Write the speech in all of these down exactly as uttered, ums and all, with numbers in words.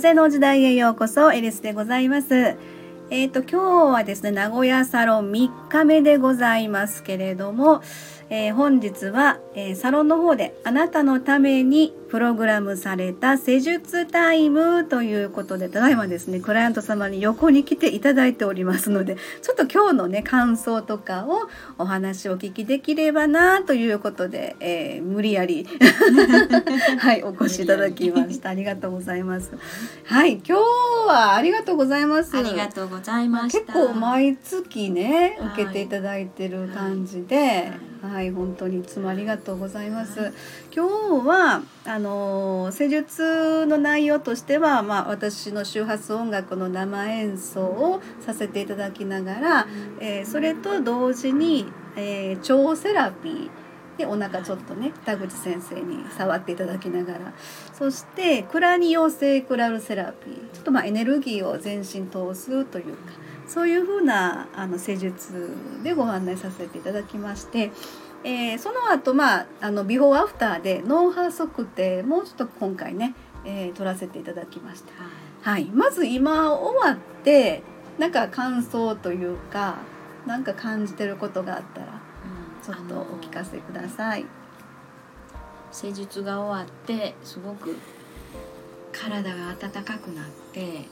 風の時代へようこそ。エリスでございます。えーと今日はですね、名古屋サロンみっかめでございますけれども、えー、本日は、えー、サロンの方であなたのためにプログラムされた施術タイムということで、ただいまですねクライアント様に横に来ていただいておりますので、ちょっと今日のね感想とかをお話をお聞きできればなということで、えー、無理やりはいお越しいただきました。ありがとうございます。はい、今日はありがとうございます。 ありがとうございました。 結構毎月ね受けていただいてる感じで、はいはいはい、本当にいつもありがとうございます。はい、今日はあの施術の内容としては、まあ、私の周波数音楽の生演奏をさせていただきながら、えー、それと同時に、えー、腸セラピーでお腹ちょっとね田口先生に触っていただきながら、そしてクラニオセイクラルセラピー、ちょっとまあエネルギーを全身通すというか、そういうふうなあの施術でご案内させていただきまして、えー、その後、まあ、あのビフォーアフターで脳波測定もちょっと今回ね、えー、取らせていただきました。はい、まず今終わってなんか感想というかなんか感じてることがあったらちょっとお聞かせください。 施術が終わってすごく体が温かくなって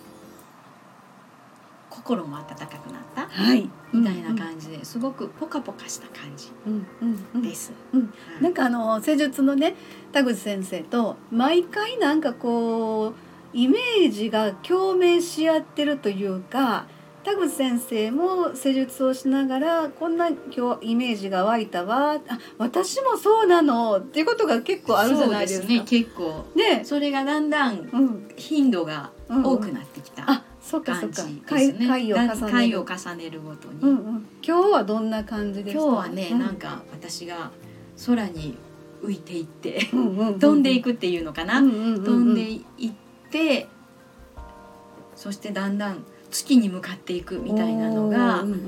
心も温かくなった、はい、みたいな感じで、すごくポカポカした感じです。 なんかあの施術のね田口先生と毎回なんかこうイメージが共鳴し合ってるというか、田口先生も施術をしながらこんな今日イメージが湧いたわ、あ私もそうなのっていうことが結構あるじゃないですか。 そうですね、結構ね、それがだんだん頻度が多くなってきた、うんうん、あそうかそうか、 回, 回を重ねる回を重ねるごとに、 うんうん、今日はどんな感じでした？ 今日はね、うん、なんか私が空に浮いていって、うんうんうんうん、飛んでいくっていうのかな、うんうんうんうん、飛んでいってそしてだんだん月に向かっていくみたいなのが、うんうんうん、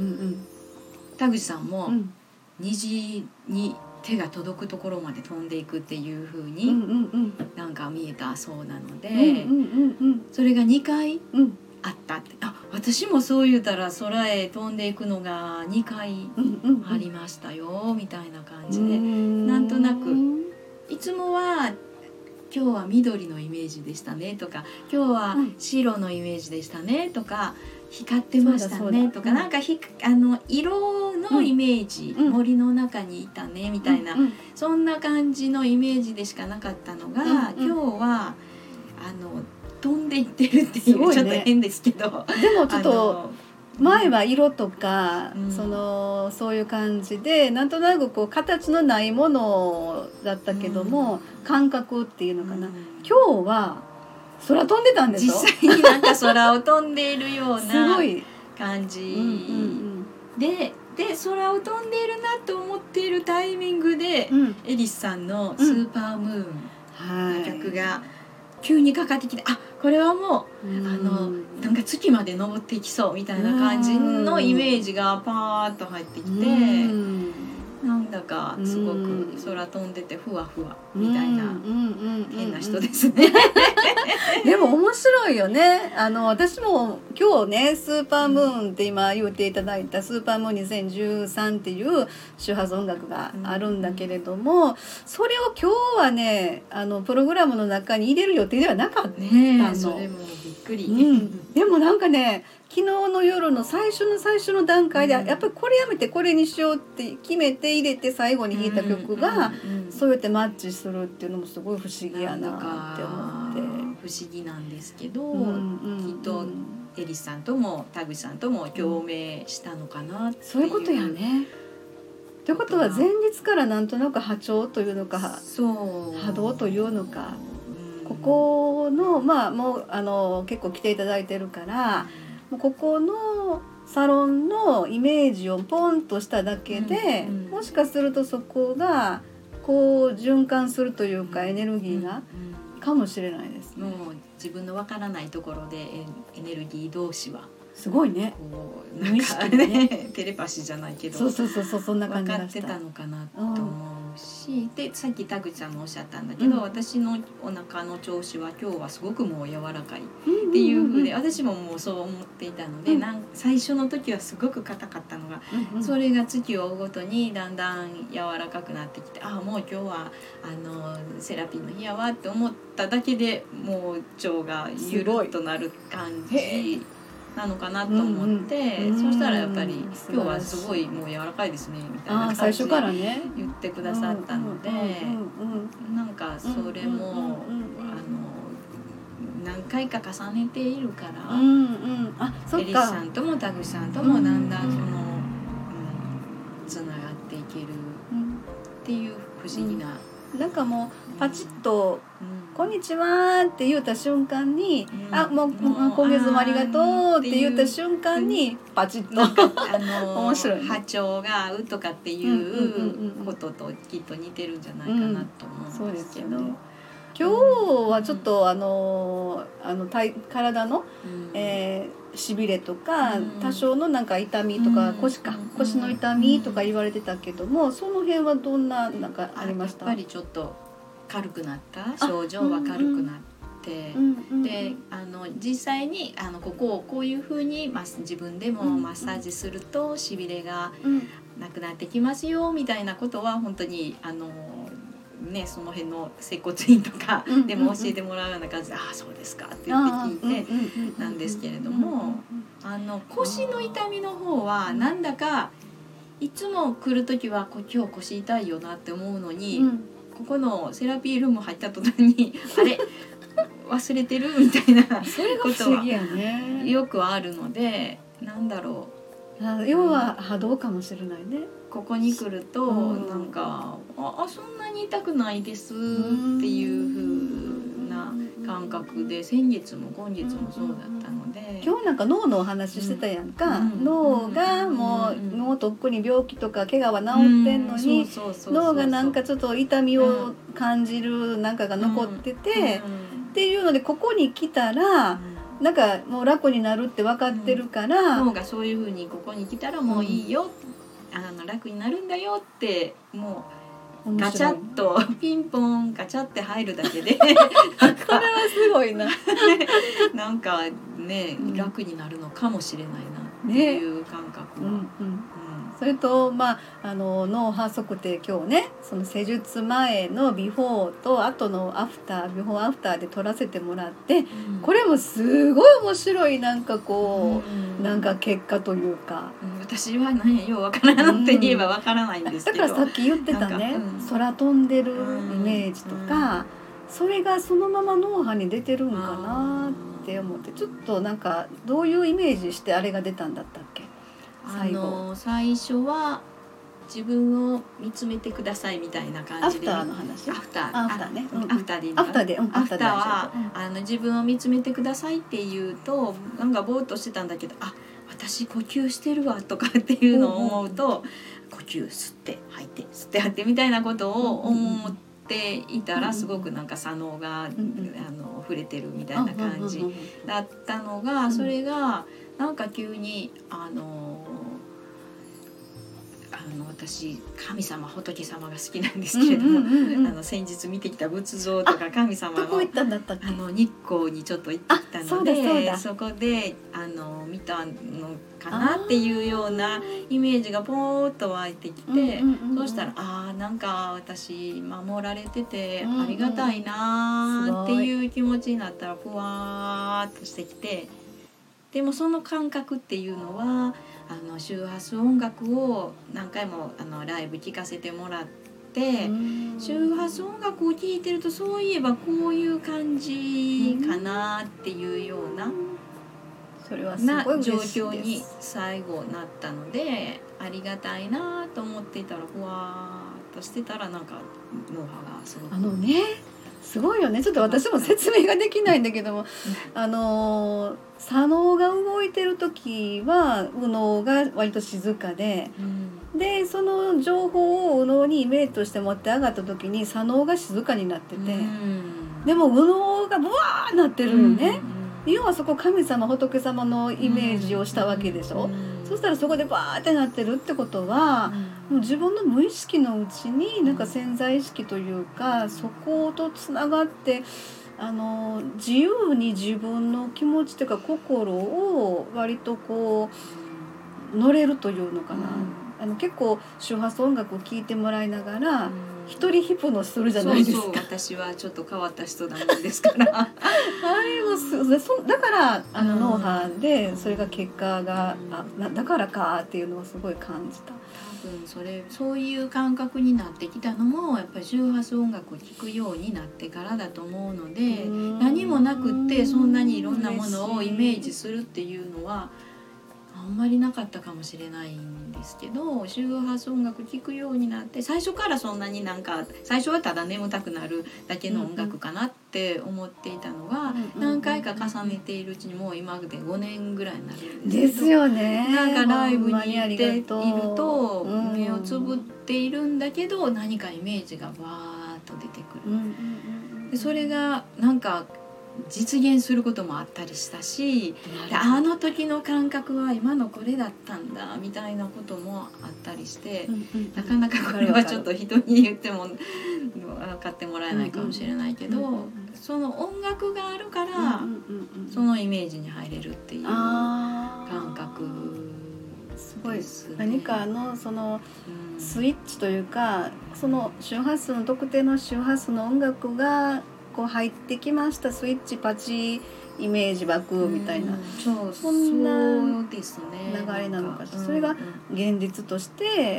田口さんも虹に手が届くところまで飛んでいくっていう風になんか見えたそうなので、うんうんうんうん、それがにかいあったって、あ私もそう言うたら空へ飛んでいくのがにかいありましたよみたいな感じで、なんとなくいつもは今日は緑のイメージでしたねとか、今日は白のイメージでしたねとか、光ってましたねとか、うん、なんかひあの色のイメージ、うん、森の中にいたねみたいな、うん、そんな感じのイメージでしかなかったのが、うんうん、今日はあの飛んでいってるっていう、ね、ちょっと変ですけど、 でもちょっと前は色とか、うん、そのそういう感じでなんとなくこう形のないものだったけども、うん、感覚っていうのかな、うん、今日は空飛んでたんでしょ？ 実際になんか空を飛んでいるような感じで、うんうんうん、で空を飛んでいるなと思っているタイミングで、うん、エリスさんのスーパームーンの曲が急にかかってきて、あこれはもう、うん、あのなんか月まで登っていきそうみたいな感じのイメージがパーッと入ってきて、うんなんだかすごく空飛んでてふわふわみたいな変な人ですね。 でも面白いよね。あの私も今日ねスーパームーンって今言っていただいたスーパームーンにせんじゅうさんっていう周波数音楽があるんだけれども、それを今日はねあのプログラムの中に入れる予定ではなかったの。 ね、それもびっくり、 うん、でもなんかね昨日の夜の最初の最初の段階で、うん、やっぱりこれやめてこれにしようって決めて入れて最後に弾いた曲がそうやってマッチするっていうのもすごい不思議やなって思って、 不思議なんですけど、うんうんうん、きっとエリスさんとも田口さんとも共鳴したのかなっていう、うん、 そういうことやね。ということは前日からなんとなく波長というのかそう波動というのか、うん、ここのまあもうあの結構来ていただいてるから、うん、ここのサロンのイメージをポンとしただけで、うんうん、もしかするとそこがこう循環するというかエネルギーがかもしれないですね。 もう自分のわからないところでエネルギー同士はすごいね。 こうなんかねテレパシーじゃないけど、 そうそうそうそう、そんな感じ分かがした。 ってたのかなと思うし、でさっき田口さんもおっしゃったんだけど、うん、私のお腹の調子は今日はすごくもう柔らかいっていう風で、私ももうそう思っていたので、うん、なん最初の時はすごく硬かったのが、うん、それが月を追うごとにだんだん柔らかくなってきて、ああもう今日はあのセラピーの日やわって思っただけでもう腸がゆるっとなる感じなのかなと思って、うんうん、そうしたらやっぱり今日はすごいもう柔らかいですねみたいな感じで言ってくださったので、なんかそれもあの何回か重ねているから、うんうん、あそっか、エリスさんとも田口さんともだんだんその、うんうん、つながっていけるっていう不思議な、 うん、なんかもうパチッと、うんこんにちはって言った瞬間に、うん、あもう、もう今月もありがとうって言った瞬間にパチッとあの面白い、ね、波長が合うとかっていうことときっと似てるんじゃないかなと思うんですけど、うんうんね、 今日はちょっとあのあの体体の、うんえー、しびれとか、うん、多少のなんか痛みとか、うん、腰か腰の痛みとか言われてたけども、その辺はどんななんかありました？ やっぱりちょっと軽くなった、症状は軽くなって、うんうん、であの実際にあのここをこういうふうに自分でもマッサージするとしびれがなくなってきますよみたいなことは本当にあの、ね、その辺の接骨院とかでも教えてもらうような感じで、うんうんうん、ああそうですかって言って聞いてなんですけれども、あの腰の痛みの方はなんだかいつも来る時は今日腰痛いよなって思うのに、うんここのセラピールーム入った途端にあれ忘れてるみたいなことはよくあるので、なんだろう、要は波動かもしれないね。 ここに来ると、うん、なんか あ, あそんなに痛くないですっていう風な感覚で、先月も今月もそうだったので、 今日なんか脳のお話してたやんか、うん、脳がもう、うん、脳とっくに病気とか怪我は治ってんのに、脳がなんかちょっと痛みを感じるなんかが残ってて、うんうん、っていうのでここに来たら、うん、なんかもう楽になるって分かってるから、 脳がそういう風にここに来たらもういいよ、うん、あの楽になるんだよってもうガチャッとピンポンガチャって入るだけでそれはすごいななんかね、うん、楽になるのかもしれないなっていう感覚は、ねうんうんうん、 それと、まあ、あの脳波測定今日ねその施術前のビフォーと後のアフタービフォーアフターで撮らせてもらって、うん、これもすごい面白いなんかこう、うん、なんか結果というか、 うん、私は何やようわからんって言えばわからないんですけど、 だからさっき言ってたね、うん、空飛んでるイメージとか、うん、それがそのまま脳波に出てるんかなって思って、ちょっとなんかどういうイメージしてあれが出たんだったっけ？ 最後あの最初は自分を見つめてくださいみたいな感じで、 アフターの話、 アフターアフターね、 アフターでいいアフターで、うん、 アフターは、うん、あの自分を見つめてくださいって言うとなんかぼーっとしてたんだけど、あ私呼吸してるわとかっていうのを思うと、うんうん、呼吸吸って吐いて吸って吐いてみたいなことを思っていたら、すごくなんか左脳が、うんうん、あの触れてるみたいな感じだったのが、それがなんか急にあのあの私神様仏様が好きなんですけれども、うんうんうんうん、あの先日見てきた仏像とか神様のどこ行ったんだったっけ？ あの日光にちょっと行ってきたので、そうだそうだ、そこであの見たのかなっていうようなイメージがポーッと湧いてきて、うんうんうんうん、そうしたらあーなんか私守られててありがたいなっていう気持ちになったらふわーっとしてきて、でもその感覚っていうのはあの周波数音楽を何回もあのライブ聴かせてもらって、周波数音楽を聴いてるとそういえばこういう感じかなっていうようなそれはすごい嬉しいですな状況に最後なったので、ありがたいなと思っていたらふわーっとしてたらなんか脳波がすごくあのねすごいよね。ちょっと私も説明ができないんだけども、あの左脳が動いてる時は右脳が割と静かで、うん、でその情報を右脳にイメージとして持って上がった時に左脳が静かになってて、うん、でも右脳がブワーなってるよね、うん、 要はそこ神様仏様のイメージをしたわけでしょ、うん、そしたらそこでバーってなってるってことは、うん、もう自分の無意識のうちになんか潜在意識というか、そことつながってあの自由に自分の気持ちというか心を割とこう乗れるというのかな、うん、あの結構周波数音楽を聴いてもらいながら、うん、一人ヒプノするじゃないですか。 そうそう、私はちょっと変わった人なもんですからあれもすそだからあの脳波でそれが結果が、うん、あだからかっていうのをすごい感じた。 多分それそういう感覚になってきたのもやっぱり周波数音楽を聴くようになってからだと思うので、何もなくってそんなにいろんなものをイメージするっていうのはあんまりなかったかもしれないんですけど、周波数音楽聴くようになって最初からそんなになんか最初はただ眠たくなるだけの音楽かなって思っていたのが、何回か重ねているうちにもう今でごねんぐらいになるんですけど、 ですよね。 なんかライブに行っていると目をつぶっているんだけど何かイメージがバーッと出てくる。でそれがなんか実現することもあったりしたし、あの時の感覚は今のこれだったんだみたいなこともあったりして、うんうん、なかなかこれはちょっと人に言っても分かってもらえないかもしれないけど、うんうん、その音楽があるから、うんうんうん、そのイメージに入れるっていう感覚すごいですね。何かのそのスイッチというか、その周波数の特定の周波数の音楽がこう入ってきました、スイッチパチイメージ爆みたいな、うん、 そうそんな流れなのかしら、うん、それが現実として、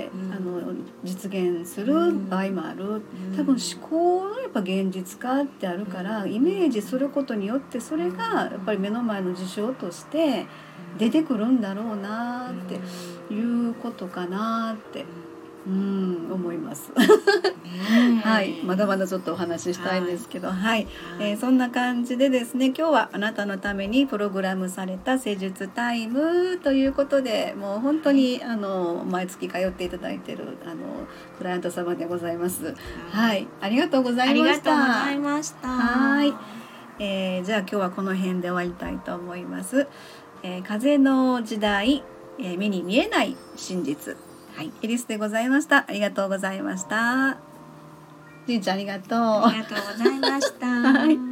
うん、あの実現する場合もある、うん、多分思考のやっぱ現実化ってあるから、うん、イメージすることによってそれがやっぱり目の前の事象として出てくるんだろうなっていうことかなってうん思いますはい、まだまだちょっとお話ししたいんですけど、はいはい、えー、そんな感じでですね、今日はあなたのためにプログラムされた施術タイムということで、もう本当にあの毎月通っていただいているあのクライアント様でございます。はい、ありがとうございました。 ありがとうございました。 はい、えー、じゃあ今日はこの辺で終わりたいと思います。えー、風の時代、えー、目に見えない真実、はい、エリスでございました。ありがとうございました。じいちゃんありがとう。 ありがとうございました。はい。